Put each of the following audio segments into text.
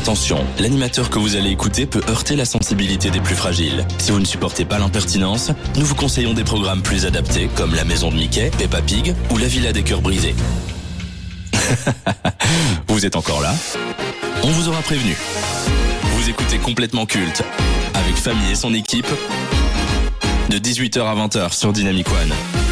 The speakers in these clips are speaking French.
Attention, l'animateur que vous allez écouter peut heurter la sensibilité des plus fragiles. Si vous ne supportez pas l'impertinence, nous vous conseillons des programmes plus adaptés comme La Maison de Mickey, Peppa Pig ou La Villa des Cœurs Brisés. Vous êtes encore là ? On vous aura prévenu. Vous écoutez Complètement Culte avec Famille et son équipe de 18h à 20h sur Dynamic One.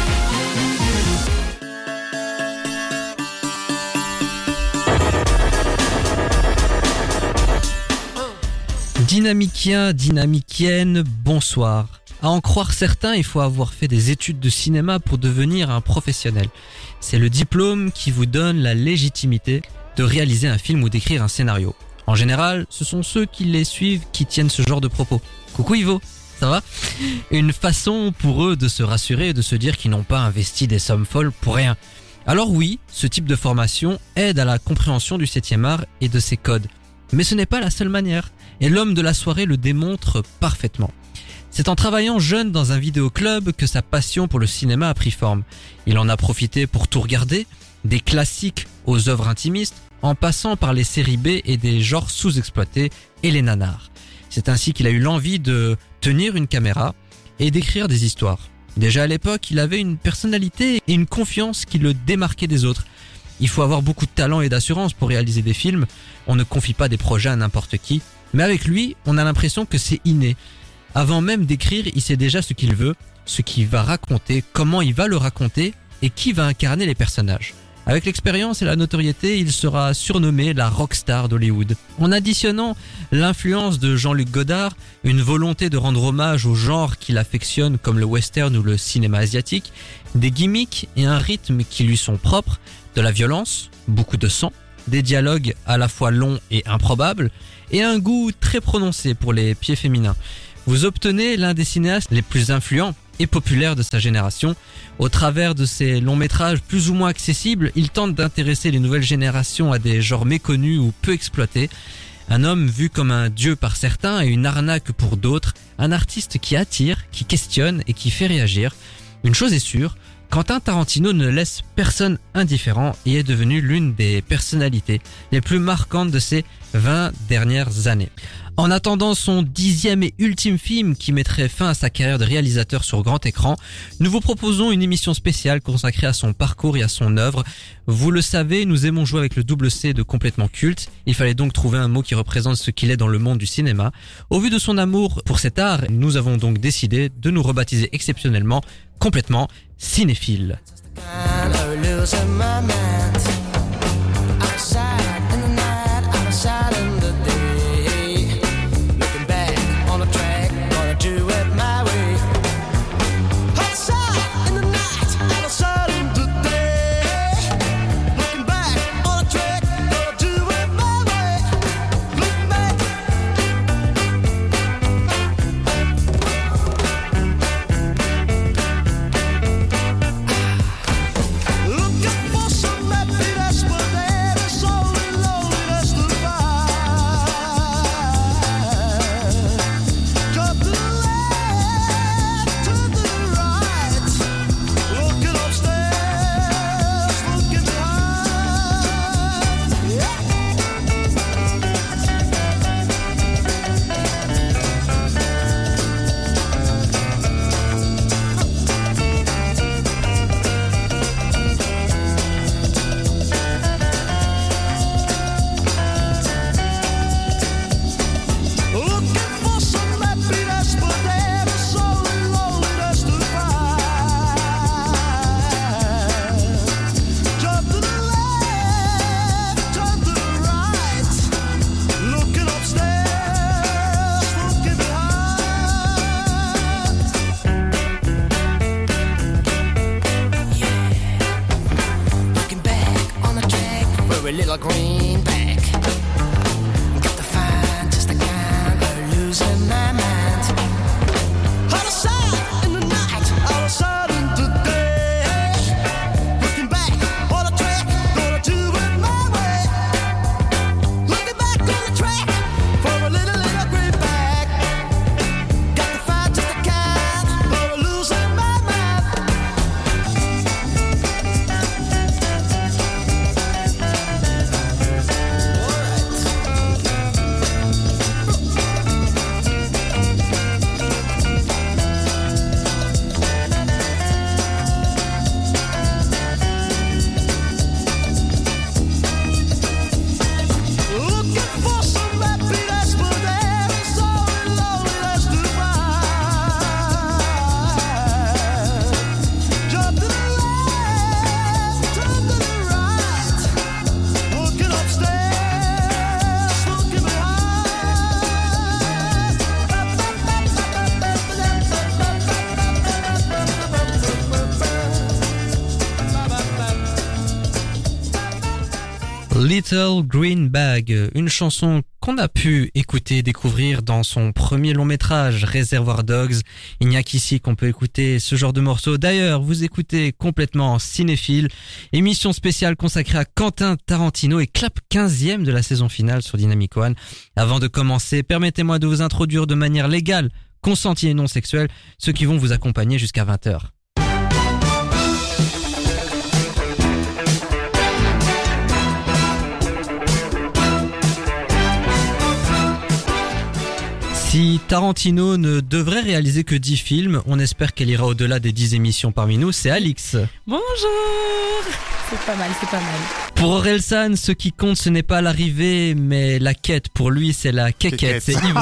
Dynamiciens, dynamiciennes, bonsoir. À en croire certains, il faut avoir fait des études de cinéma pour devenir un professionnel. C'est le diplôme qui vous donne la légitimité de réaliser un film ou d'écrire un scénario. En général, ce sont ceux qui les suivent qui tiennent ce genre de propos. Coucou Ivo, ça va ? Une façon pour eux de se rassurer et de se dire qu'ils n'ont pas investi des sommes folles pour rien. Alors oui, ce type de formation aide à la compréhension du 7e art et de ses codes. Mais ce n'est pas la seule manière, et l'homme de la soirée le démontre parfaitement. C'est en travaillant jeune dans un vidéoclub que sa passion pour le cinéma a pris forme. Il en a profité pour tout regarder, des classiques aux œuvres intimistes, en passant par les séries B et des genres sous-exploités et les nanars. C'est ainsi qu'il a eu l'envie de tenir une caméra et d'écrire des histoires. Déjà à l'époque, il avait une personnalité et une confiance qui le démarquaient des autres. Il faut avoir beaucoup de talent et d'assurance pour réaliser des films. On ne confie pas des projets à n'importe qui. Mais avec lui, on a l'impression que c'est inné. Avant même d'écrire, il sait déjà ce qu'il veut, ce qu'il va raconter, comment il va le raconter et qui va incarner les personnages. Avec l'expérience et la notoriété, il sera surnommé la rockstar d'Hollywood. En additionnant l'influence de Jean-Luc Godard, une volonté de rendre hommage au genre qu'il affectionne comme le western ou le cinéma asiatique, des gimmicks et un rythme qui lui sont propres, de la violence, beaucoup de sang, des dialogues à la fois longs et improbables, et un goût très prononcé pour les pieds féminins. Vous obtenez l'un des cinéastes les plus influents et populaires de sa génération. Au travers de ses longs métrages plus ou moins accessibles, il tente d'intéresser les nouvelles générations à des genres méconnus ou peu exploités. Un homme vu comme un dieu par certains et une arnaque pour d'autres, un artiste qui attire, qui questionne et qui fait réagir. Une chose est sûre, Quentin Tarantino ne laisse personne indifférent et est devenu l'une des personnalités les plus marquantes de ces 20 dernières années. En attendant son 10e et ultime film qui mettrait fin à sa carrière de réalisateur sur grand écran, nous vous proposons une émission spéciale consacrée à son parcours et à son œuvre. Vous le savez, nous aimons jouer avec le double C de Complètement Culte. Il fallait donc trouver un mot qui représente ce qu'il est dans le monde du cinéma. Au vu de son amour pour cet art, nous avons donc décidé de nous rebaptiser exceptionnellement Complètement Cinéphile. Looking for some happiness. Little Green Bag, une chanson qu'on a pu écouter, découvrir dans son premier long métrage Reservoir Dogs. Il n'y a qu'ici qu'on peut écouter ce genre de morceau. D'ailleurs, vous écoutez Complètement Cinéphile, émission spéciale consacrée à Quentin Tarantino et clap 15e de la saison finale sur Dynamic One. Avant de commencer, permettez-moi de vous introduire de manière légale, consentie et non sexuelle, ceux qui vont vous accompagner jusqu'à 20h. Si Tarantino ne devrait réaliser que 10 films, on espère qu'elle ira au-delà des 10 émissions parmi nous, c'est Alix. Bonjour. C'est pas mal. Pour Orelsan, ce qui compte, ce n'est pas l'arrivée, mais la quête. Pour lui, c'est la quéquette, c'est Ivo.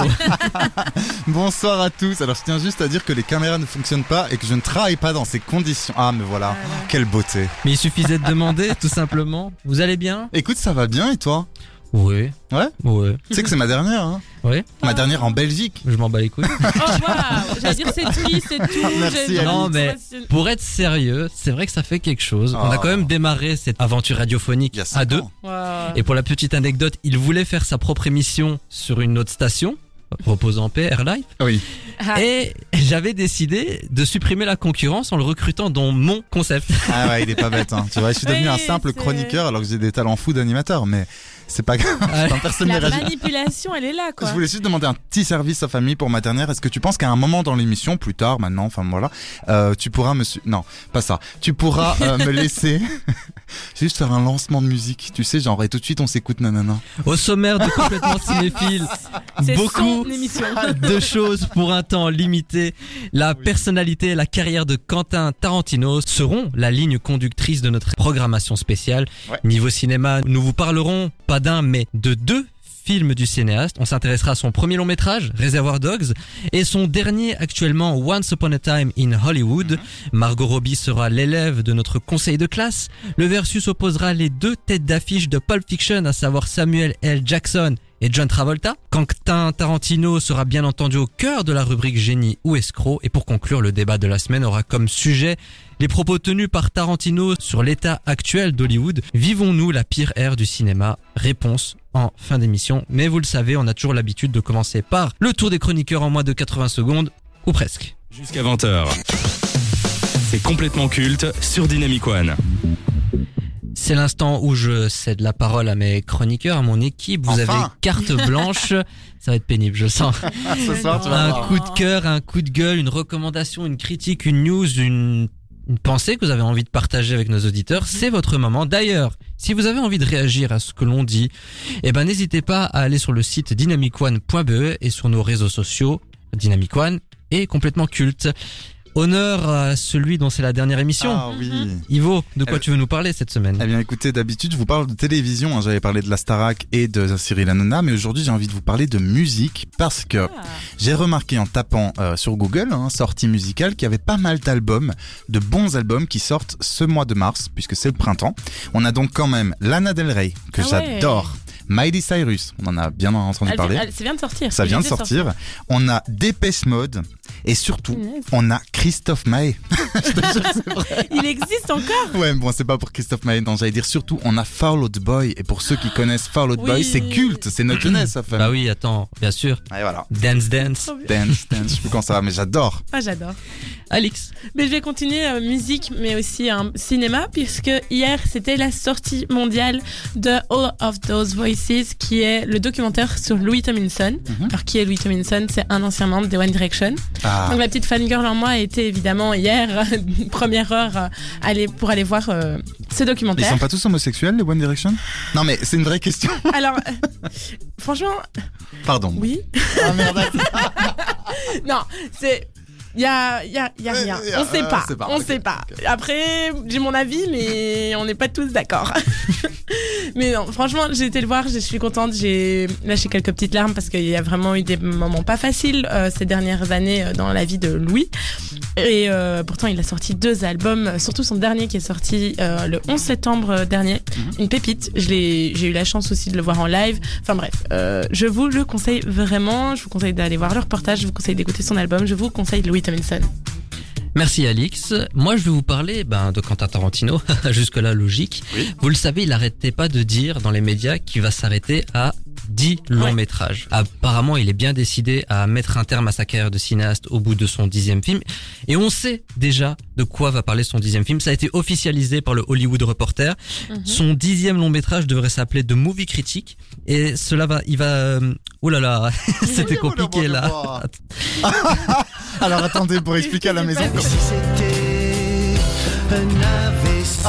Bonsoir à tous. Alors, je tiens juste à dire que les caméras ne fonctionnent pas et que je ne travaille pas dans ces conditions. Ah, mais voilà, quelle beauté. Mais il suffisait de demander, tout simplement. Vous allez bien ? Écoute, ça va bien et toi ? Oui. Ouais ? Ouais. Tu sais que c'est ma dernière, hein ? Oui. Ma dernière en Belgique. Je m'en bats les couilles. Oh waouh, j'allais dire c'est triste, c'est tout. Merci, Non, mais pour être sérieux, c'est vrai que ça fait quelque chose. On a quand même démarré cette aventure radiophonique à deux. Wow. Et pour la petite anecdote, il voulait faire sa propre émission sur une autre station, Repose en paix, Airlife. Oui. Et j'avais décidé de supprimer la concurrence en le recrutant dans mon concept. Ah ouais, il est pas bête, hein. Tu vois, je suis devenu un simple chroniqueur alors que j'ai des talents fous d'animateur, mais c'est pas grave. Personne La n'est réagi. manipulation, elle est là, quoi. Je voulais juste demander un petit service à famille pour ma dernière. Est-ce que tu penses qu'à un moment dans l'émission, plus tard, maintenant, enfin voilà, tu pourras non, pas ça. Tu pourras me laisser juste faire un lancement de musique, tu sais, genre et tout de suite on s'écoute nanana. Au sommaire de Complètement Cinéphile, C'est beaucoup son émission. de choses pour un temps limité. La personnalité et la carrière de Quentin Tarantino seront la ligne conductrice de notre programmation spéciale. Ouais. Niveau cinéma, nous vous parlerons pas d'un mais de 2 films du cinéaste. On s'intéressera à son premier long métrage, Reservoir Dogs, et son dernier actuellement, Once Upon a Time in Hollywood. Margot Robbie sera l'élève de notre conseil de classe. Le versus opposera les 2 têtes d'affiche de Pulp Fiction, à savoir Samuel L. Jackson et John Travolta. Quentin Tarantino sera bien entendu au cœur de la rubrique génie ou escroc. Et pour conclure, le débat de la semaine aura comme sujet les propos tenus par Tarantino sur l'état actuel d'Hollywood. Vivons-nous la pire ère du cinéma ? Réponse en fin d'émission. Mais vous le savez, on a toujours l'habitude de commencer par le tour des chroniqueurs en moins de 80 secondes, ou presque. Jusqu'à 20h. C'est complètement culte sur Dynamic One. C'est l'instant où je cède la parole à mes chroniqueurs, à mon équipe. Vous Enfin. avez carte blanche. Ça va être pénible, je sens. Ce soir, tu vas Un voir. coup de cœur, un coup de gueule, une recommandation, une critique, une news, une pensée que vous avez envie de partager avec nos auditeurs. C'est votre moment. D'ailleurs, si vous avez envie de réagir à ce que l'on dit, n'hésitez pas à aller sur le site dynamicone.be et sur nos réseaux sociaux, Dynamic One et Complètement Culte. Honneur à celui dont c'est la dernière émission. Ah oui. Ivo, de quoi tu veux nous parler cette semaine ? Eh bien écoutez, d'habitude je vous parle de télévision, hein. J'avais parlé de la Starac et de Cyril Hanouna, mais aujourd'hui j'ai envie de vous parler de musique parce que j'ai remarqué en tapant sur Google, sortie musicale, qu'il y avait pas mal d'albums, de bons albums qui sortent ce mois de mars, puisque c'est le printemps. On a donc quand même Lana Del Rey, que j'adore, Miley Cyrus, on en a bien entendu parler. Ça vient de sortir. Ça vient de sortir. On a Depeche Mode et surtout, on a Christophe Maé. Il existe encore. Ouais, bon, c'est pas pour Christophe Maé, non, j'allais dire surtout, on a Fall Out Boy. Et pour ceux qui connaissent Fall Out Boy, c'est culte, c'est notre jeunesse, ça fait. Bah oui, attends, bien sûr. Et voilà. Dance. Dance, je sais plus quand ça va, mais j'adore. Ah, j'adore. Alix. Mais je vais continuer musique, mais aussi cinéma, puisque hier c'était la sortie mondiale de All of Those Voices, qui est le documentaire sur Louis Tomlinson. Alors qui est Louis Tomlinson ? C'est un ancien membre de One Direction. Ah. Donc la petite fangirl en moi a été évidemment hier, première heure, pour aller voir ce Ils documentaire. sont pas tous homosexuels, les One Direction ? Non, mais c'est une vraie question. Alors, franchement, Pardon. oui. Ah merde. Non, c'est... Il y a rien. On sait pas. On sait pas. Après, j'ai mon avis, mais on n'est pas tous d'accord. Mais non, franchement, j'ai été le voir, je suis contente. J'ai lâché quelques petites larmes parce qu'il y a vraiment eu des moments pas faciles ces dernières années dans la vie de Louis. Et pourtant, il a sorti 2 albums, surtout son dernier qui est sorti le 11 septembre dernier. Une pépite. J'ai eu la chance aussi de le voir en live. Enfin bref, je vous le conseille vraiment. Je vous conseille d'aller voir le reportage. Je vous conseille d'écouter son album. Je vous conseille Louis Tomlinson. Merci Alix. Moi je vais vous parler de Quentin Tarantino, jusque-là logique. Oui. Vous le savez, il n'arrêtait pas de dire dans les médias qu'il va s'arrêter à 10 longs métrages. Apparemment, il est bien décidé à mettre un terme à sa carrière de cinéaste au bout de son 10e film. Et on sait déjà de quoi va parler son 10e film. Ça a été officialisé par le Hollywood Reporter. Son 10e long métrage devrait s'appeler The Movie Critic. Et oh là là, c'était compliqué là. Alors attendez, pour expliquer à la maison. Si c'était un AVC.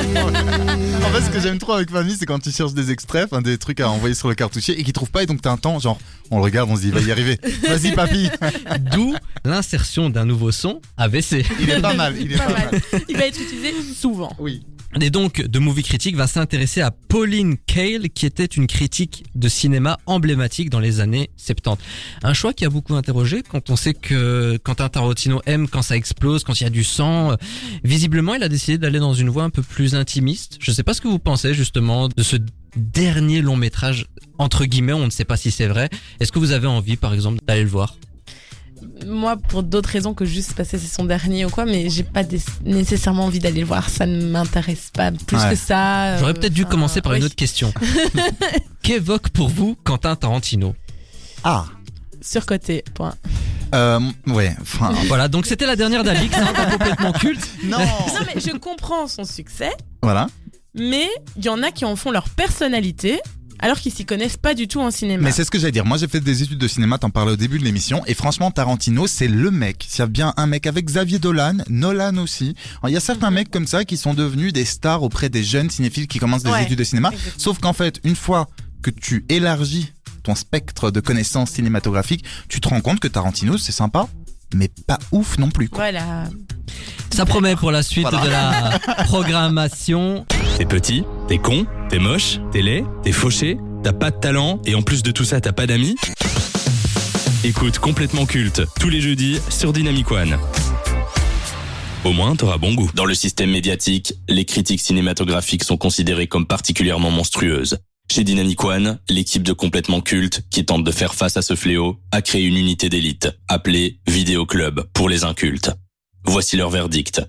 En fait, ce que j'aime trop avec Famille, c'est quand tu cherches des extraits, des trucs à envoyer sur le cartouchier et qu'ils trouvent pas, et donc t'as un temps, genre, on le regarde, on se dit, il va y arriver. Vas-y, papy. D'où l'insertion d'un nouveau son, AVC. Il est pas mal, Il va être utilisé souvent. Oui. Et donc, The Movie Critic va s'intéresser à Pauline Kael, qui était une critique de cinéma emblématique dans les années 70. Un choix qui a beaucoup interrogé quand on sait que Quentin Tarantino aime quand ça explose, quand il y a du sang. Visiblement, il a décidé d'aller dans une voie un peu plus intimiste. Je sais pas ce que vous pensez justement de ce dernier long métrage, entre guillemets, on ne sait pas si c'est vrai. Est-ce que vous avez envie, par exemple, d'aller le voir ? Moi, pour d'autres raisons que juste parce que c'est son dernier ou quoi, mais j'ai pas nécessairement envie d'aller le voir. Ça ne m'intéresse pas plus que ça. J'aurais peut-être dû commencer par une autre question. Qu'évoque pour vous Quentin Tarantino ? Surcoté, point. Ouais, enfin. Voilà, donc c'était la dernière d'Alix, pas complètement culte. Non, mais je comprends son succès, voilà. mais il y en a qui en font leur personnalité. Alors qu'ils s'y connaissent pas du tout en cinéma. Mais c'est ce que j'allais dire. Moi, j'ai fait des études de cinéma, t'en parlais au début de l'émission. Et franchement, Tarantino, c'est le mec. S'il y a bien un mec avec Xavier Dolan, Nolan aussi. Alors, il y a certains mecs comme ça qui sont devenus des stars auprès des jeunes cinéphiles qui commencent des études de cinéma. Exactement. Sauf qu'en fait, une fois que tu élargis ton spectre de connaissances cinématographiques, tu te rends compte que Tarantino, c'est sympa, mais pas ouf non plus, quoi. Voilà. Ça promet pour la suite de la programmation. T'es petit, t'es con, t'es moche, t'es laid, t'es fauché, t'as pas de talent et en plus de tout ça t'as pas d'amis. Écoute Complètement Culte tous les jeudis sur Dynamic One. Au moins t'auras bon goût. Dans le système médiatique, les critiques cinématographiques sont considérées comme particulièrement monstrueuses. Chez Dynamic One, l'équipe de Complètement Culte, qui tente de faire face à ce fléau, a créé une unité d'élite, appelée Vidéo Club pour les incultes. Voici leur verdict.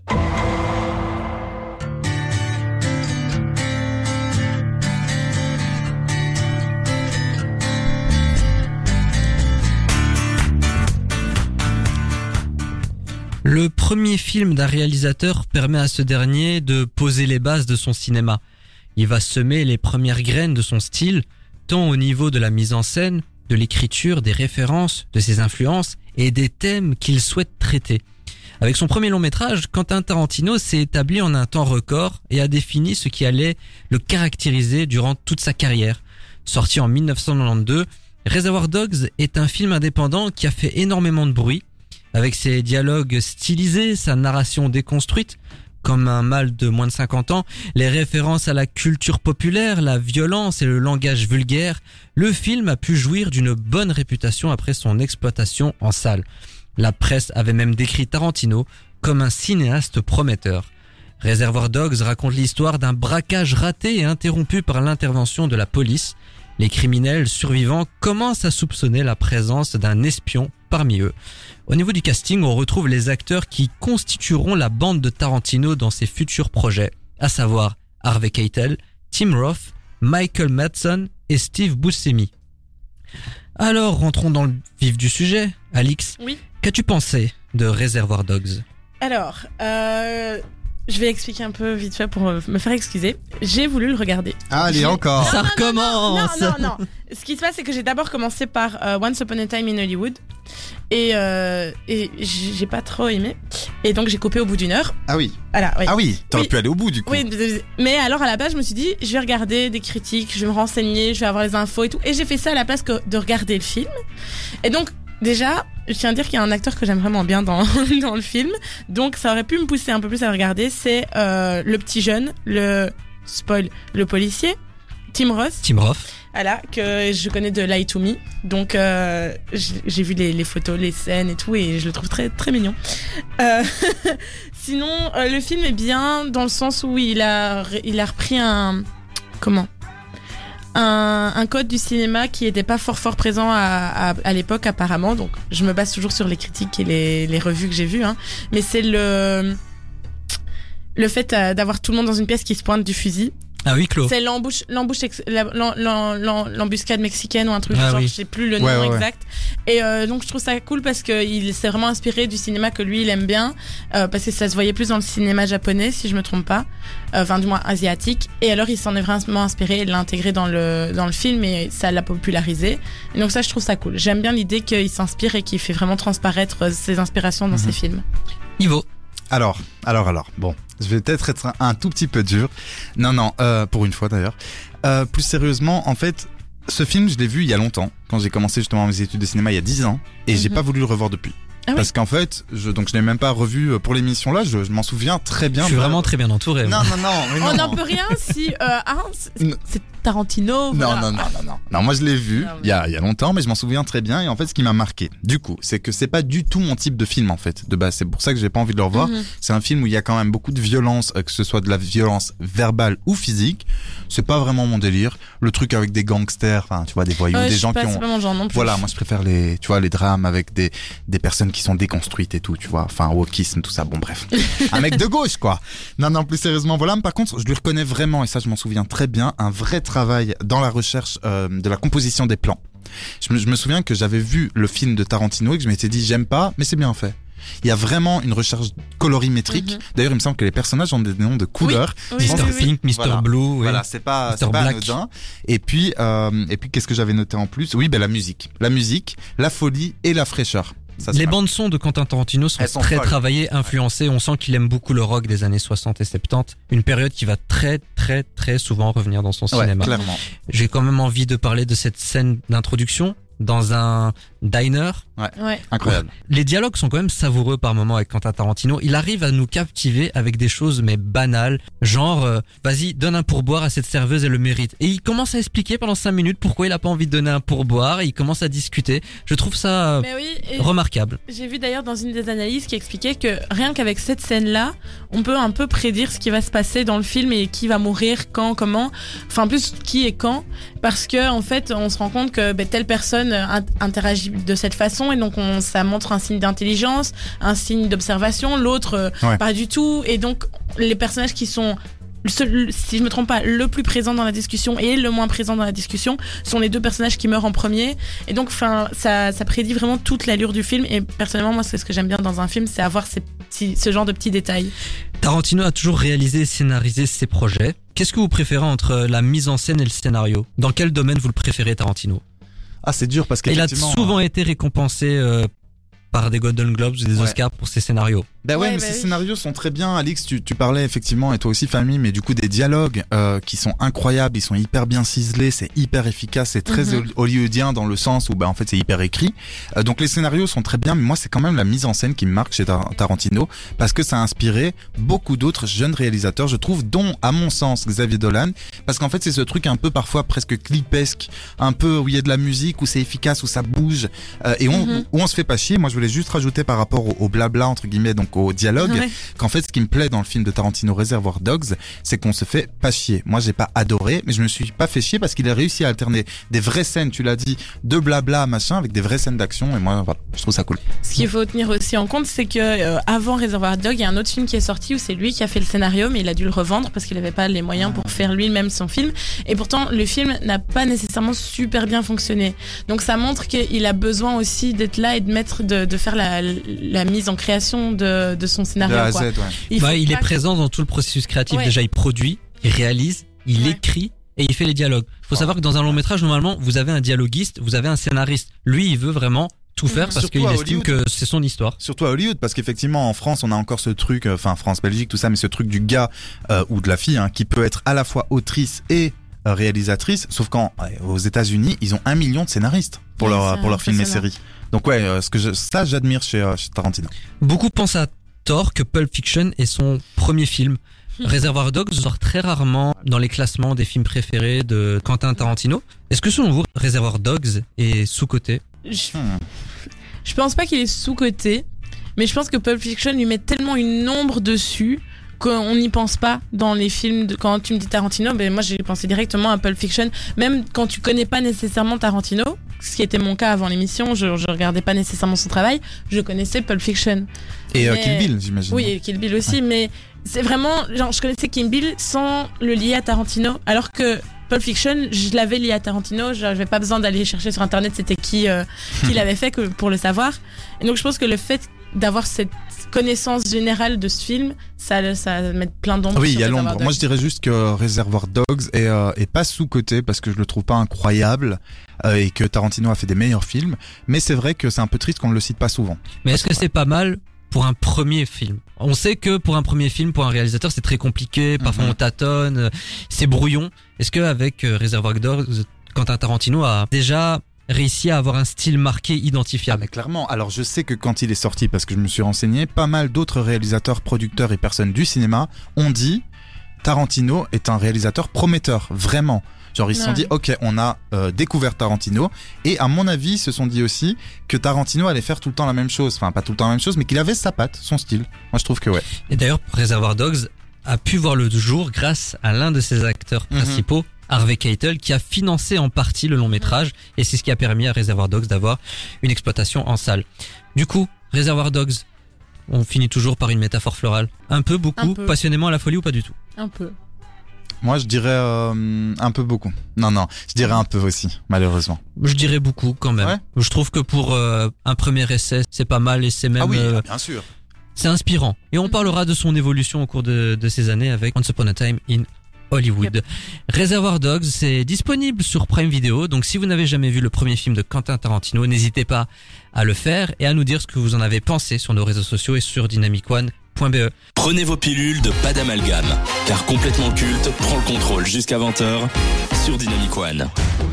Le premier film d'un réalisateur permet à ce dernier de poser les bases de son cinéma. Il va semer les premières graines de son style, tant au niveau de la mise en scène, de l'écriture, des références, de ses influences et des thèmes qu'il souhaite traiter. Avec son premier long métrage, Quentin Tarantino s'est établi en un temps record et a défini ce qui allait le caractériser durant toute sa carrière. Sorti en 1992, Reservoir Dogs est un film indépendant qui a fait énormément de bruit. Avec ses dialogues stylisés, sa narration déconstruite, comme un mâle de moins de 50 ans, les références à la culture populaire, la violence et le langage vulgaire, le film a pu jouir d'une bonne réputation après son exploitation en salle. La presse avait même décrit Tarantino comme un cinéaste prometteur. Reservoir Dogs raconte l'histoire d'un braquage raté et interrompu par l'intervention de la police. Les criminels survivants commencent à soupçonner la présence d'un espion parmi eux. Au niveau du casting, on retrouve les acteurs qui constitueront la bande de Tarantino dans ses futurs projets, à savoir Harvey Keitel, Tim Roth, Michael Madsen et Steve Buscemi. Alors, rentrons dans le vif du sujet. Alix, Oui. Qu'as-tu pensé de Reservoir Dogs ? Alors, je vais expliquer un peu vite fait pour me faire excuser. J'ai voulu le regarder. Allez, encore. Ça recommence. Non. Ce qui se passe, c'est que j'ai d'abord commencé par Once Upon a Time in Hollywood. Et j'ai pas trop aimé. Et donc j'ai coupé au bout d'une heure. Ah oui. Voilà, oui. Ah oui, t'aurais pu aller au bout du coup. Oui, mais alors à la base, je me suis dit, je vais regarder des critiques, je vais me renseigner, je vais avoir les infos et tout. Et j'ai fait ça à la place que de regarder le film. Et donc, déjà, je tiens à dire qu'il y a un acteur que j'aime vraiment bien dans le film. Donc ça aurait pu me pousser un peu plus à le regarder. C'est le petit jeune, le policier, Tim Roth. Voilà, que je connais de Lie to Me. Donc j'ai vu les photos, les scènes et tout, et je le trouve très très mignon. Sinon, le film est bien dans le sens où il a repris un code du cinéma qui était pas fort présent à l'époque apparemment. Donc je me base toujours sur les critiques et les revues que j'ai vues, hein. Mais c'est le fait d'avoir tout le monde dans une pièce qui se pointe du fusil. Ah oui, Claude. C'est l'embuscade mexicaine ou un truc genre, oui. je sais plus le nom exact. Et donc je trouve ça cool parce que il s'est vraiment inspiré du cinéma que lui il aime bien, parce que ça se voyait plus dans le cinéma japonais si je me trompe pas, enfin du moins asiatique. Et alors il s'en est vraiment inspiré et l'a intégré dans le film et ça l'a popularisé. Et donc ça je trouve ça cool. J'aime bien l'idée qu'il s'inspire et qu'il fait vraiment transparaître ses inspirations dans ses films. Ivo. Alors, bon, je vais peut-être être un tout petit peu dur. Non, pour une fois d'ailleurs. Plus sérieusement, en fait, ce film, je l'ai vu il y a longtemps, quand j'ai commencé justement mes études de cinéma il y a 10 ans, et j'ai pas voulu le revoir depuis. Ah oui. Parce qu'en fait, je l'ai même pas revu pour l'émission là, je m'en souviens très bien. Je suis vraiment très bien entouré. Non, mais non. On n'en peut rien si c'est Tarantino. Voilà. Non, moi je l'ai vu il y a longtemps, mais je m'en souviens très bien. Et en fait, ce qui m'a marqué, du coup, c'est que c'est pas du tout mon type de film en fait. De base, c'est pour ça que j'ai pas envie de le revoir. C'est un film où il y a quand même beaucoup de violence, que ce soit de la violence verbale ou physique. C'est pas vraiment mon délire. Le truc avec des gangsters, enfin, tu vois, des voyous, des gens qui ont. C'est pas mon genre non plus. Voilà, moi je préfère les drames avec des personnes qui sont déconstruites et tout, tu vois. Enfin, wokisme, tout ça. Bon, bref. Un mec de gauche, quoi. Non, plus sérieusement, voilà. Mais par contre, je lui reconnais vraiment, et ça, je m'en souviens très bien, un vrai travail dans la recherche de la composition des plans. Je me souviens que j'avais vu le film de Tarantino et que je m'étais dit, j'aime pas, mais c'est bien fait. Il y a vraiment une recherche colorimétrique. D'ailleurs, il me semble que les personnages ont des noms de couleurs. Oui. Mr. Pink, Mr. Blue. Voilà, c'est pas anodin. Et puis, qu'est-ce que j'avais noté en plus? Oui, la musique. La musique, la folie et la fraîcheur. Les bandes son de Quentin Tarantino sont très folles. travaillées, influencées. On sent qu'il aime beaucoup le rock des années 60 et 70. Une période qui va très, très, très souvent revenir dans son cinéma. Clairement. J'ai quand même envie de parler de cette scène d'introduction dans un diner. Ouais. Incroyable. Les dialogues sont quand même savoureux par moments avec Quentin Tarantino. Il arrive à nous captiver avec des choses mais banales, genre vas-y, donne un pourboire à cette serveuse, elle le mérite. Et il commence à expliquer pendant 5 minutes pourquoi il a pas envie de donner un pourboire, et il commence à discuter. Je trouve ça remarquable. J'ai vu d'ailleurs dans une des analyses qui expliquait que rien qu'avec cette scène-là, on peut un peu prédire ce qui va se passer dans le film et qui va mourir, quand, comment, enfin plus qui et quand, parce que en fait on se rend compte que telle personne interagit de cette façon et donc ça montre un signe d'intelligence, un signe d'observation, l'autre pas du tout, et donc les personnages qui sont si je me trompe pas, le plus présent dans la discussion et le moins présent dans la discussion sont les deux personnages qui meurent en premier, et donc ça prédit vraiment toute l'allure du film. Et personnellement, moi, c'est ce que j'aime bien dans un film, c'est avoir ce genre de petits détails. Tarantino a toujours réalisé et scénarisé ses projets. Qu'est-ce que vous préférez entre la mise en scène et le scénario? Dans quel domaine vous le préférez, Tarantino? Ah, c'est dur parce qu'effectivement... Il a souvent été récompensé par des Golden Globes ou des Oscars pour ses scénarios. Mais ces scénarios sont très bien. Alix, tu parlais effectivement, et toi aussi Famille, mais du coup des dialogues qui sont incroyables, ils sont hyper bien ciselés, c'est hyper efficace, c'est très hollywoodien dans le sens où en fait c'est hyper écrit. Donc les scénarios sont très bien, mais moi c'est quand même la mise en scène qui me marque chez Tarantino, parce que ça a inspiré beaucoup d'autres jeunes réalisateurs, je trouve, dont à mon sens Xavier Dolan, parce qu'en fait c'est ce truc un peu parfois presque clipesque, un peu où il y a de la musique, où c'est efficace, où ça bouge, et où on se fait pas chier. Moi je voulais juste rajouter par rapport au blabla entre guillemets, donc au dialogue, qu'en fait ce qui me plaît dans le film de Tarantino Reservoir Dogs, c'est qu'on se fait pas chier. Moi j'ai pas adoré, mais je me suis pas fait chier parce qu'il a réussi à alterner des vraies scènes, tu l'as dit, de blabla machin, avec des vraies scènes d'action, et moi voilà, je trouve ça cool. Ce qu'il faut tenir aussi en compte, c'est que avant Reservoir Dogs, il y a un autre film qui est sorti où c'est lui qui a fait le scénario, mais il a dû le revendre parce qu'il avait pas les moyens pour faire lui-même son film, et pourtant le film n'a pas nécessairement super bien fonctionné. Donc ça montre qu'il a besoin aussi d'être là et de faire la mise en création de son scénario. De A à Z, il est présent dans tout le processus créatif. Déjà, il produit, il réalise, il écrit et il fait les dialogues. Faut savoir que dans un long métrage, normalement, vous avez un dialoguiste, vous avez un scénariste. Lui, il veut vraiment tout faire parce qu'il estime que c'est son histoire. Surtout à Hollywood, parce qu'effectivement en France on a encore ce truc, enfin France, Belgique, tout ça, mais ce truc du gars ou de la fille qui peut être à la fois autrice et réalisatrice, sauf qu'aux États-Unis ils ont 1 million de scénaristes pour leurs films et séries. Donc ça j'admire chez Tarantino. Beaucoup pensent à tort que Pulp Fiction est son premier film. Reservoir Dogs sort très rarement dans les classements des films préférés de Quentin Tarantino. Est-ce que selon vous, Reservoir Dogs est sous-coté? Je pense pas qu'il est sous-coté, mais je pense que Pulp Fiction lui met tellement une ombre dessus qu'on n'y pense pas dans les films. Quand tu me dis Tarantino, ben moi j'ai pensé directement à Pulp Fiction. Même quand tu connais pas nécessairement Tarantino, ce qui était mon cas avant l'émission, je regardais pas nécessairement son travail, je connaissais Pulp Fiction. Et Kill Bill, j'imagine. Oui, et Kill Bill aussi, mais c'est vraiment, genre, je connaissais Kill Bill sans le lier à Tarantino, alors que Pulp Fiction, je l'avais lié à Tarantino, j'avais pas besoin d'aller chercher sur internet c'était qui l'avait fait pour le savoir. Et donc je pense que le fait d'avoir cette connaissance générale de ce film, ça met plein d'ombre. Oui, il y a l'ombre. Moi je dirais juste que Reservoir Dogs est pas sous-coté parce que je le trouve pas incroyable et que Tarantino a fait des meilleurs films, mais c'est vrai que c'est un peu triste qu'on ne le cite pas souvent. Mais est-ce que c'est pas mal pour un premier film? On sait que pour un premier film, pour un réalisateur, c'est très compliqué, parfois on tâtonne, c'est brouillon. Est-ce qu'avec Reservoir Dogs, Quentin Tarantino a déjà réussi à avoir un style marqué, identifiable? Ah mais clairement, alors je sais que quand il est sorti, parce que je me suis renseigné, pas mal d'autres réalisateurs, producteurs et personnes du cinéma ont dit Tarantino est un réalisateur prometteur, vraiment. Genre ils se sont dit ok, on a découvert Tarantino, et à mon avis ils se sont dit aussi que Tarantino allait faire tout le temps la même chose, enfin pas tout le temps la même chose, mais qu'il avait sa patte, son style. Moi je trouve que ouais. Et d'ailleurs Reservoir Dogs a pu voir le jour grâce à l'un de ses acteurs principaux, Harvey Keitel, qui a financé en partie le long métrage, et c'est ce qui a permis à Reservoir Dogs d'avoir une exploitation en salle. Du coup, Reservoir Dogs, on finit toujours par une métaphore florale. Un peu, beaucoup, passionnément à la folie ou pas du tout? Un peu. Moi je dirais un peu beaucoup. Non, je dirais un peu aussi, malheureusement. Je dirais beaucoup quand même. Ouais. Je trouve que pour un premier essai, c'est pas mal et c'est même... Ah oui, bien sûr. C'est inspirant. Et on parlera de son évolution au cours de ces années avec Once Upon a Time in Hollywood. Yep. Reservoir Dogs, c'est disponible sur Prime Video, donc si vous n'avez jamais vu le premier film de Quentin Tarantino, n'hésitez pas à le faire et à nous dire ce que vous en avez pensé sur nos réseaux sociaux et sur dynamicone.be. Prenez vos pilules de pas d'amalgame, car Complètement Culte prend le contrôle jusqu'à 20h sur Dynamic One.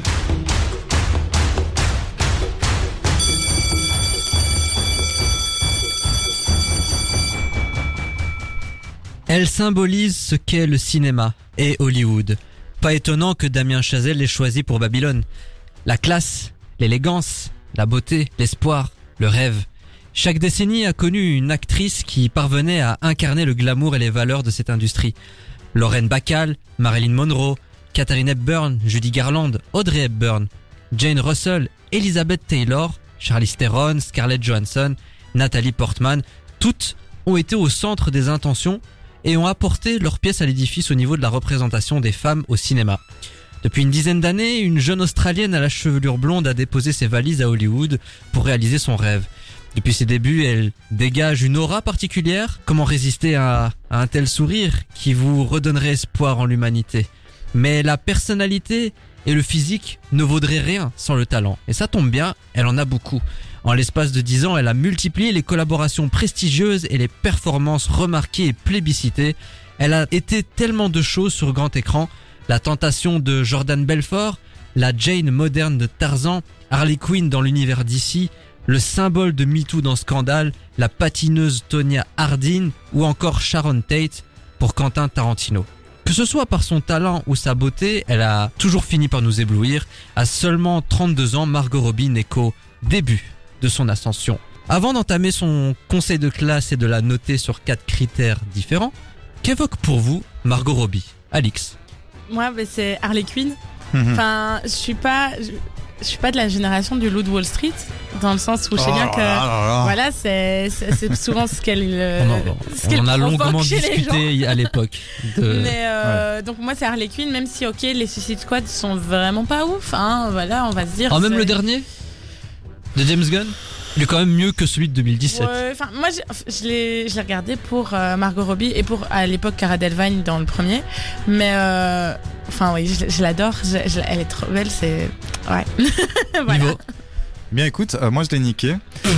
Elle symbolise ce qu'est le cinéma et Hollywood. Pas étonnant que Damien Chazelle l'ait choisi pour Babylone. La classe, l'élégance, la beauté, l'espoir, le rêve. Chaque décennie a connu une actrice qui parvenait à incarner le glamour et les valeurs de cette industrie. Lorraine Bacall, Marilyn Monroe, Katharine Hepburn, Judy Garland, Audrey Hepburn, Jane Russell, Elizabeth Taylor, Charlize Theron, Scarlett Johansson, Natalie Portman, toutes ont été au centre des intentions et ont apporté leur pièce à l'édifice au niveau de la représentation des femmes au cinéma. Depuis une dizaine d'années, une jeune Australienne à la chevelure blonde a déposé ses valises à Hollywood pour réaliser son rêve. Depuis ses débuts, elle dégage une aura particulière. Comment résister à un tel sourire qui vous redonnerait espoir en l'humanité? Mais la personnalité et le physique ne vaudraient rien sans le talent. Et ça tombe bien, elle en a beaucoup. En l'espace de 10 ans, elle a multiplié les collaborations prestigieuses et les performances remarquées et plébiscitées. Elle a été tellement de choses sur grand écran. La tentation de Jordan Belfort, la Jane moderne de Tarzan, Harley Quinn dans l'univers d'ici, le symbole de MeToo dans Scandale, la patineuse Tonya Harding ou encore Sharon Tate pour Quentin Tarantino. Que ce soit par son talent ou sa beauté, elle a toujours fini par nous éblouir. À seulement 32 ans, Margot Robbie n'est qu'au début de son ascension. Avant d'entamer son conseil de classe et de la noter sur 4 critères différents, qu'évoque pour vous Margot Robbie? Alix? Moi, c'est Harley Quinn. Enfin, je suis pas de la génération du Loup de Wall Street, dans le sens où je sais bien que voilà, c'est souvent ce qu'elle on en a longuement discuté à l'époque. Mais donc moi c'est Harley Quinn, même si ok les Suicide Squad sont vraiment pas ouf, hein, voilà, on va se dire. Même le dernier de James Gunn, il est quand même mieux que celui de 2017. Ouais, enfin moi je l'ai regardé pour Margot Robbie et pour à l'époque Cara Delevingne dans le premier, mais enfin oui, je l'adore, elle est trop belle, c'est ouais. Voilà. Niveau. Bien écoute, moi je l'ai niqué.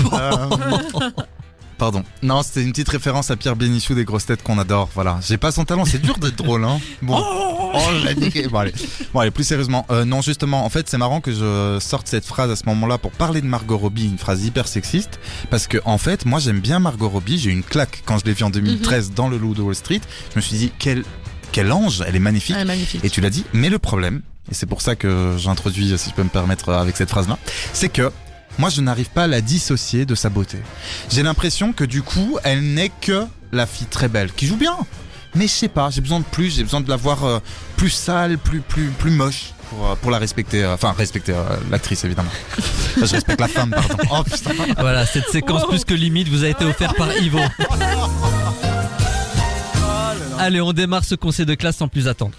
Pardon. Non, c'était une petite référence à Pierre Bénichou des Grosses Têtes qu'on adore. Voilà. J'ai pas son talent, c'est dur d'être drôle, hein. Bon. Je l'ai niqué. Bon, allez, plus sérieusement. Non, justement, en fait, c'est marrant que je sorte cette phrase à ce moment-là pour parler de Margot Robbie, une phrase hyper sexiste. Parce que, en fait, moi, j'aime bien Margot Robbie. J'ai eu une claque quand je l'ai vue en 2013 dans Le Loup de Wall Street. Je me suis dit, quel ange, elle est magnifique. Elle est magnifique. Et tu l'as dit, mais le problème, et c'est pour ça que j'introduis, si je peux me permettre, avec cette phrase-là, c'est que moi, je n'arrive pas à la dissocier de sa beauté. J'ai l'impression que du coup, elle n'est que la fille très belle, qui joue bien. mais je sais pas, j'ai besoin de plus, j'ai besoin de la voir plus sale, plus moche pour la respecter, l'actrice évidemment. Je respecte la femme, pardon. Oh putain. Voilà, cette séquence plus que limite vous a été offerte par Ivo. Allez, on démarre ce conseil de classe sans plus attendre.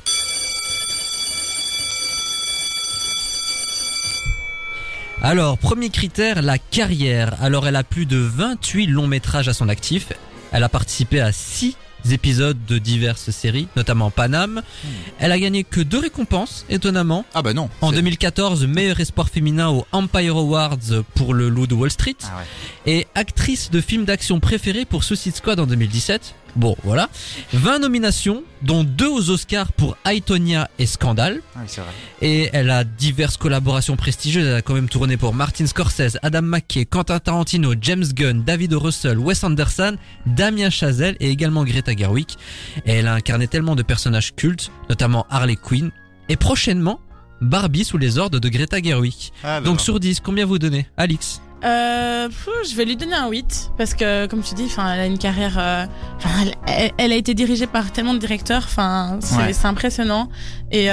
Alors, premier critère, la carrière. Alors, elle a plus de 28 longs métrages à son actif. Elle a participé à 6 épisodes de diverses séries, notamment Paname. Elle a gagné que 2 récompenses, étonnamment. Ah bah non. En 2014, meilleur espoir féminin au Empire Awards pour Le Loup de Wall Street. Ah ouais. Et actrice de film d'action préférée pour Suicide Squad en 2017. Bon, voilà. 20 nominations, dont 2 aux Oscars pour I, Tonya et Scandale. Ah oui, c'est vrai. Et elle a diverses collaborations prestigieuses. Elle a quand même tourné pour Martin Scorsese, Adam McKay, Quentin Tarantino, James Gunn, David O. Russell, Wes Anderson, Damien Chazelle et également Greta Gerwig. Et elle a incarné tellement de personnages cultes, notamment Harley Quinn. Et prochainement, Barbie sous les ordres de Greta Gerwig. Donc sur 10, combien vous donnez, Alix? Je vais lui donner un 8 parce que comme tu dis, enfin, elle a une carrière. Elle a été dirigée par tellement de directeurs. Enfin, c'est impressionnant. Et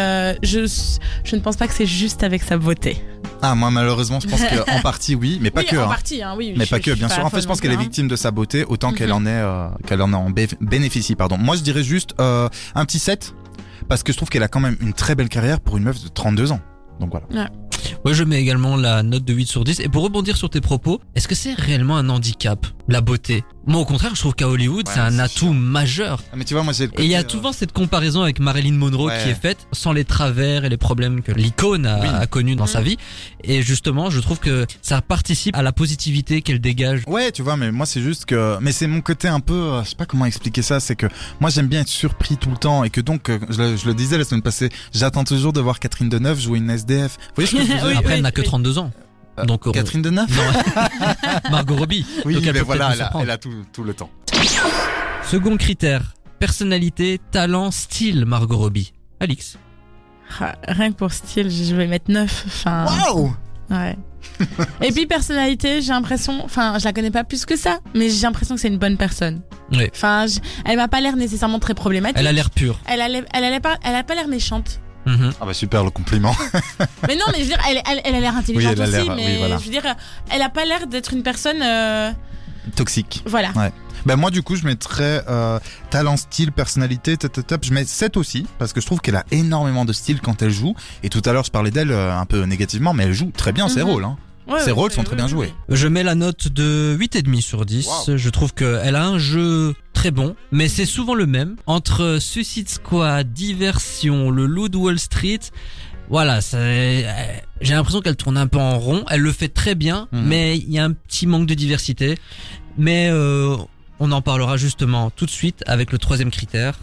je ne pense pas que c'est juste avec sa beauté. Ah, moi malheureusement, je pense qu'en partie oui, mais pas que. En partie, hein, oui. Mais pas que, bien sûr. En fait, je pense qu'elle est victime de sa beauté autant qu'elle en bénéficie. Pardon. Moi, je dirais juste un petit 7 parce que je trouve qu'elle a quand même une très belle carrière pour une meuf de 32 ans. Donc voilà. Ouais. Moi, je mets également la note de 8 sur 10. Et pour rebondir sur tes propos, est-ce que c'est réellement un handicap, la beauté? Moi, au contraire, je trouve qu'à Hollywood, c'est un atout majeur. Ah, mais tu vois, moi, et il y a souvent cette comparaison avec Marilyn Monroe qui est faite sans les travers et les problèmes que l'icône a connus dans sa vie. Et justement, je trouve que ça participe à la positivité qu'elle dégage. Ouais, tu vois, mais moi, c'est juste que, mais c'est mon côté un peu, je sais pas comment expliquer ça, c'est que moi, j'aime bien être surpris tout le temps et que donc, je le disais la semaine passée, j'attends toujours de voir Catherine Deneuve jouer une SDF. Vous voyez ce que je veux dire? Après, elle n'a que 32 ans. Donc, Catherine Deneuve? Non. Margot Robbie. Oui, donc mais voilà, elle a tout le temps. Second critère, personnalité, talent, style, Margot Robbie. Alix. Rien que pour style, je vais mettre 9. Enfin. Waouh! Ouais. Et puis personnalité, j'ai l'impression, enfin, je la connais pas plus que ça, mais j'ai l'impression que c'est une bonne personne. Oui. Enfin, elle m'a pas l'air nécessairement très problématique. Elle a l'air pure. Elle a pas l'air méchante. Ah bah super le compliment. Mais non, mais je veux dire, elle a l'air intelligente aussi, mais voilà. je veux dire, elle a pas l'air d'être une personne toxique. Voilà. Ouais. Ben moi du coup je mettrais talent, style, personnalité, je mets 7 aussi parce que je trouve qu'elle a énormément de style quand elle joue et tout à l'heure je parlais d'elle un peu négativement mais elle joue très bien ses rôles hein. Ses rôles sont très bien joués. Je mets la note de 8,5 sur 10. Wow. Je trouve qu'elle a un jeu très bon, mais c'est souvent le même. Entre Suicide Squad, Diversion, Le Loup de Wall Street, voilà, j'ai l'impression qu'elle tourne un peu en rond. Elle le fait très bien, mais il y a un petit manque de diversité. Mais on en parlera justement tout de suite avec le troisième critère.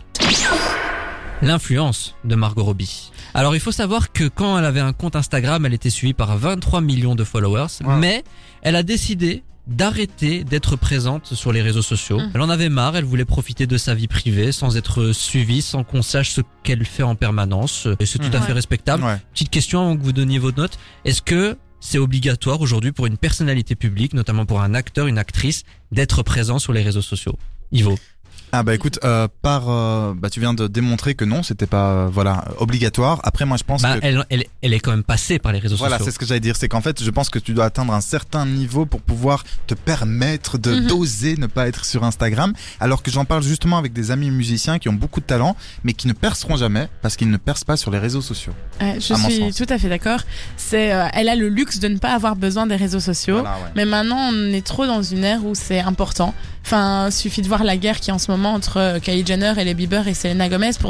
L'influence de Margot Robbie. Alors il faut savoir que quand elle avait un compte Instagram, elle était suivie par 23 millions de followers, mais elle a décidé d'arrêter d'être présente sur les réseaux sociaux. Elle en avait marre, elle voulait profiter de sa vie privée sans être suivie, sans qu'on sache ce qu'elle fait en permanence. Et c'est tout à fait respectable. Petite question avant que vous donniez votre note. Est-ce que c'est obligatoire aujourd'hui pour une personnalité publique, notamment pour un acteur, une actrice, d'être présent sur les réseaux sociaux? Ivo. Ah bah écoute, tu viens de démontrer que non, c'était pas obligatoire. Après moi je pense que elle est quand même passée par les réseaux sociaux. Voilà, c'est ce que j'allais dire, c'est qu'en fait je pense que tu dois atteindre un certain niveau pour pouvoir te permettre de d'oser ne pas être sur Instagram. Alors que j'en parle justement avec des amis musiciens qui ont beaucoup de talent, mais qui ne perceront jamais parce qu'ils ne percent pas sur les réseaux sociaux. Je suis tout à fait d'accord. Elle a le luxe de ne pas avoir besoin des réseaux sociaux, mais maintenant on est trop dans une ère où c'est important. Enfin, suffit de voir la guerre qui est en ce moment entre Kylie Jenner et les Bieber et Selena Gomez pour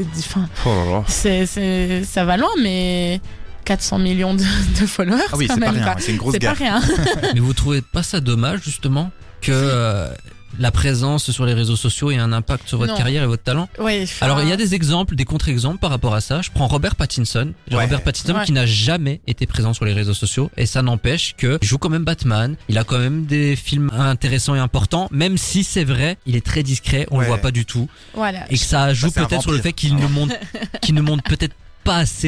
ça va loin, mais 400 millions de followers. Ah oui, c'est pas rien, c'est une grosse guerre. C'est pas rien. Mais vous trouvez pas ça dommage justement que la présence sur les réseaux sociaux ait un impact sur votre carrière et votre talent? Oui. Alors il y a des exemples, des contre-exemples par rapport à ça. Je prends Robert Pattinson. Robert Pattinson qui n'a jamais été présent sur les réseaux sociaux et ça n'empêche que il joue quand même Batman. Il a quand même des films intéressants et importants, même si c'est vrai, il est très discret, on le voit pas du tout. Voilà. Et que ça joue peut-être sur le fait qu'il ne monte peut-être pas assez haut.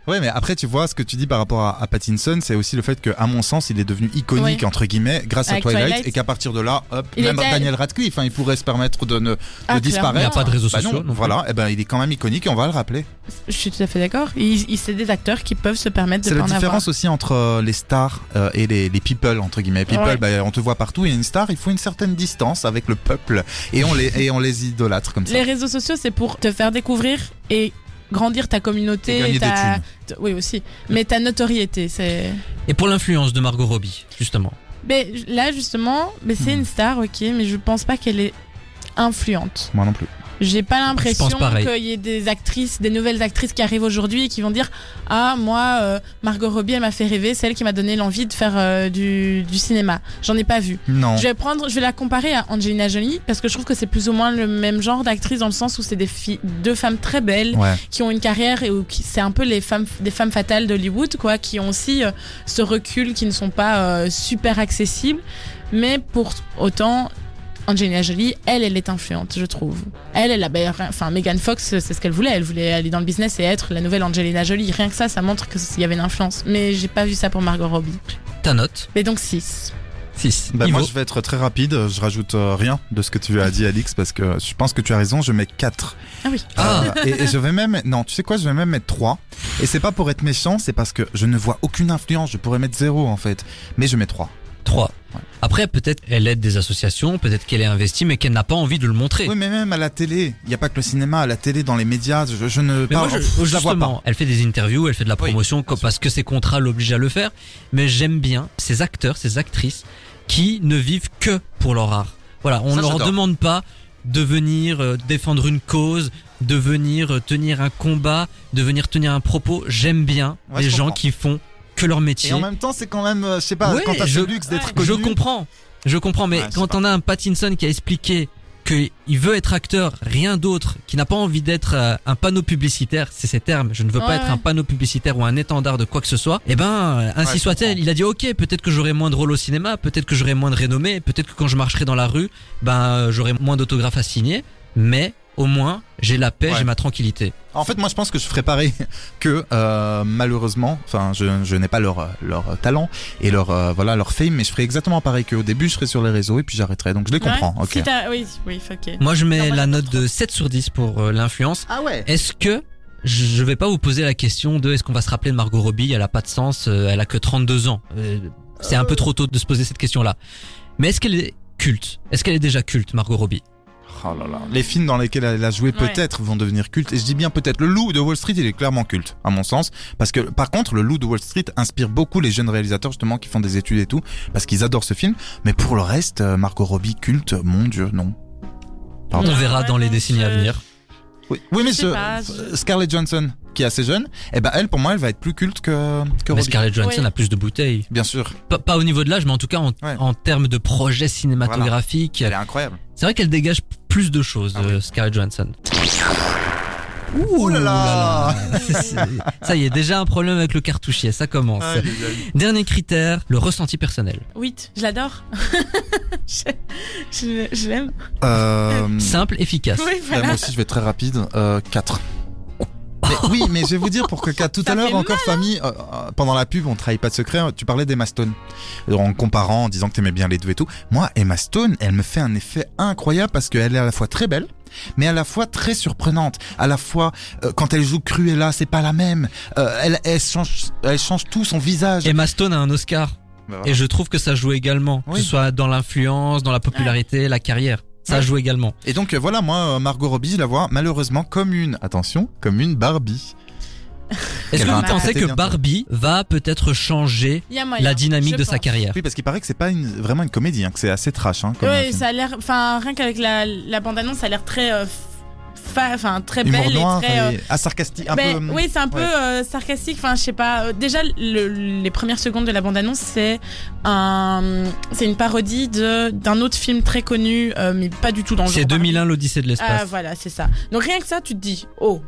Ouais, mais après, tu vois, ce que tu dis par rapport à Pattinson, c'est aussi le fait qu'à mon sens, il est devenu iconique, entre guillemets, grâce Avec à Twilight, Twilight. et qu'à partir de là, hop, Il même était- Daniel Radcliffe, il pourrait se permettre de Ah, disparaître. Il n'y a pas de réseaux Bah sociaux. non, non plus. voilà, et ben il est quand même iconique et on va le rappeler. Je suis tout à fait d'accord. C'est des acteurs qui peuvent se permettre de C'est pas la en avoir. différence aussi entre les stars et les people, entre guillemets. People, Ouais. bah, on te voit partout, et une star, il faut une certaine distance avec le peuple, et on les idolâtre comme ça. Les réseaux sociaux, c'est pour te faire découvrir et grandir ta communauté. Et gagner des Oui, aussi. Mais ta notoriété, c'est... Et pour l'influence de Margot Robbie, justement. Mais là, justement, c'est une star, ok, mais je pense pas qu'elle est influente. Moi non plus. J'ai pas l'impression Je pense pareil. qu'il y ait des nouvelles actrices qui arrivent aujourd'hui et qui vont dire ah moi Margot Robbie elle m'a fait rêver, c'est elle qui m'a donné l'envie de faire du cinéma. J'en ai pas vu. Non. Je vais la comparer à Angelina Jolie parce que je trouve que c'est plus ou moins le même genre d'actrice dans le sens où c'est deux femmes très belles Ouais. qui ont une carrière et c'est un peu des femmes fatales d'Hollywood quoi, qui ont aussi ce recul, qui ne sont pas super accessibles, mais pour autant Angelina Jolie, elle est influente, je trouve. Elle a, enfin, Megan Fox, c'est ce qu'elle voulait. Elle voulait aller dans le business et être la nouvelle Angelina Jolie. Rien que ça montre qu'il y avait une influence. Mais j'ai pas vu ça pour Margot Robbie. Ta note Mais donc 6. 6. Bah moi je vais être très rapide, je rajoute rien de ce que tu as dit Alix parce que je pense que tu as raison, je mets 4. Ah oui. Et je vais même non, tu sais quoi, je vais même mettre 3. Et c'est pas pour être méchant, c'est parce que je ne vois aucune influence, je pourrais mettre 0 en fait, mais je mets 3. 3. Après, peut-être elle aide des associations, peut-être qu'elle est investie, mais qu'elle n'a pas envie de le montrer. Oui, mais même à la télé, il y a pas que le cinéma, à la télé, dans les médias, je ne Mais moi, parle, je la vois justement, pas. elle fait des interviews, elle fait de la promotion parce que ses contrats l'obligent à le faire. Mais j'aime bien ces acteurs, ces actrices qui ne vivent que pour leur art. Voilà, on Ça, leur j'adore. demande pas de venir défendre une cause, de venir tenir un combat, de venir tenir un propos. J'aime bien Ouais, les je gens comprends. qui font que leur métier. Et en même temps, c'est quand même, je sais pas, Ouais, quand t'as ce luxe d'être connu. Je comprends, mais Ouais, je sais quand pas. on a un Pattinson qui a expliqué qu'il veut être acteur, rien d'autre, qui n'a pas envie d'être un panneau publicitaire, c'est ses termes, je ne veux pas être un panneau publicitaire ou un étendard de quoi que ce soit, eh ben, ainsi je soit-elle. comprends. Il a dit ok, peut-être que j'aurai moins de rôle au cinéma, peut-être que j'aurai moins de renommée, peut-être que quand je marcherai dans la rue, j'aurai moins d'autographes à signer, mais au moins, j'ai la paix, Ouais. j'ai ma tranquillité. En fait, moi, je pense que je ferais pareil que malheureusement, enfin, je n'ai pas leur talent et leur fame, mais je ferais exactement pareil qu'au début, je serais sur les réseaux et puis j'arrêterais. Donc, je les comprends. Ouais. Ok. Si oui, ok. Moi, je mets Non, moi, la j'aime note pas trop. de 7 sur 10 pour l'influence. Ah ouais. Est-ce que je vais pas vous poser la question de est-ce qu'on va se rappeler de Margot Robbie, elle a pas de sens, elle a que 32 ans. C'est un peu trop tôt de se poser cette question-là. Mais est-ce qu'elle est culte? Est-ce qu'elle est déjà culte, Margot Robbie? Oh là là. Les films dans lesquels elle a joué Ouais. peut-être vont devenir cultes. Et je dis bien peut-être. Le Loup de Wall Street, il est clairement culte, à mon sens. Parce que, par contre, le Loup de Wall Street inspire beaucoup les jeunes réalisateurs, justement, qui font des études et tout. Parce qu'ils adorent ce film. Mais pour le reste, Margot Robbie culte, mon Dieu, non. Pardon. On verra Ouais, dans les non, décennies à venir. Oui, mais Je sais pas, Scarlett Johansson, qui est assez jeune, eh ben, elle, pour moi, elle va être plus culte que Mais Robbie. Scarlett Johansson Ouais. a plus de bouteilles. Bien sûr. Pas au niveau de l'âge, mais en tout cas en termes de projets cinématographiques. Elle est incroyable. C'est vrai qu'elle dégage plus de choses, Ah oui. Scarlett Johansson. Ouh là là. Ça y est, déjà un problème avec le cartouchier, ça commence. Aïe, aïe, aïe. Dernier critère, le ressenti personnel. 8, je l'adore. je l'aime. Simple, efficace. Oui, Bah, voilà. moi aussi, je vais être très rapide. 4. Oui, mais je vais vous dire pour que tout Ça à l'heure fait encore famille, pendant la pub, on trahit pas de secret. Tu parlais d'Emma Stone, en comparant, en disant que t'aimais bien les deux et tout. Moi, Emma Stone, elle me fait un effet incroyable parce qu'elle est à la fois très belle, mais à la fois très surprenante. À la fois, quand elle joue Cruella, c'est pas la même. Elle change tout son visage. Emma Stone a un Oscar. Bah, voilà. Et je trouve que ça joue également. Que Oui. ce soit dans l'influence, dans la popularité, la carrière. Ça Ouais. joue également. Et donc voilà, moi, Margot Robbie, je la vois malheureusement comme une Barbie. Est-ce que va vous interpréter pensez que bientôt. Barbie va peut-être changer Il y a moyen, la dynamique je de sa pense. carrière? Oui, parce qu'il paraît que c'est pas vraiment une comédie, hein, que c'est assez trash. Hein, comme Ouais, film. ça a l'air. Enfin, rien qu'avec la bande-annonce, ça a l'air très. Très Humour belle noir et très. et sarcastique, un Ben, peu. oui, c'est un peu ouais. sarcastique. Enfin, je sais pas. Déjà, les premières secondes de la bande-annonce, c'est une parodie d'un autre film très connu, mais pas du tout dans le C'est genre 2001, l'Odyssée de Barbie. Ah, l'espace. voilà, c'est ça. Donc rien que ça, tu te dis, oh,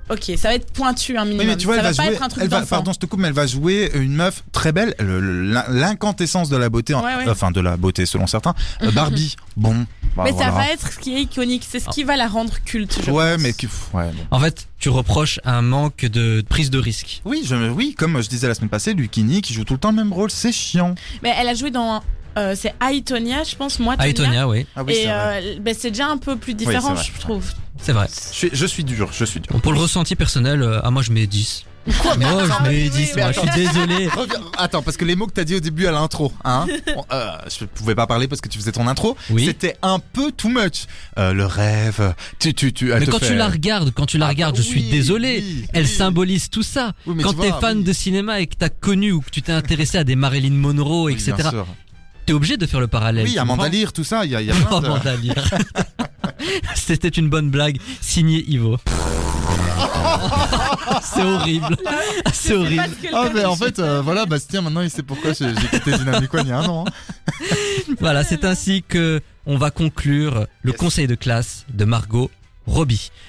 Ok, ça va être pointu un minimum. Oui, mais tu vois, ça elle va va pas jouer. être un truc d'enfant. Pardon, je te coupe, mais elle va jouer une meuf très belle, l'inquintessence de la beauté, Ouais. enfin de la beauté selon certains. Barbie, bon. Bah, Mais voilà. ça va être ce qui est iconique, c'est ce qui va la rendre culte. Je Ouais, pense. mais bon. En fait, tu reproches un manque de prise de risque. Oui, comme je disais la semaine passée, Lucini qui joue tout le temps le même rôle, c'est chiant. Mais elle a joué dans. C'est Aitonia, je pense, moi. Tonia. Aitonia, oui, Ah oui, Et c'est vrai. c'est déjà un peu plus différent, c'est vrai. je trouve. c'est vrai. Je suis dur. Bon, pour le ressenti personnel, moi je mets 10. Quoi Moi je mets oui, 10, oui, moi oui. je suis désolé. Reviens. Attends, parce que les mots que t'as dit au début à l'intro, hein, je pouvais pas parler parce que tu faisais ton intro. Oui. C'était un peu too much. Le rêve, Mais quand tu la regardes, je suis oui, désolé. oui, Elle oui. symbolise tout ça. Oui, mais Quand tu t'es vois, fan oui. de cinéma et que t'as connu ou que tu t'es intéressé à des Marilyn Monroe, etc., Bien sûr. t'es obligé de faire le parallèle. Oui, tu Amanda comprends Lear, tout ça, il y a plein de... Amanda Lear. C'était une bonne blague, signé Ivo. C'est horrible. C'est horrible. Ah mais en fait voilà Bastien maintenant il sait pourquoi j'ai quitté Dynamic One il y a un an. Voilà, c'est ainsi que on va conclure le conseil de classe de Margot Robbie.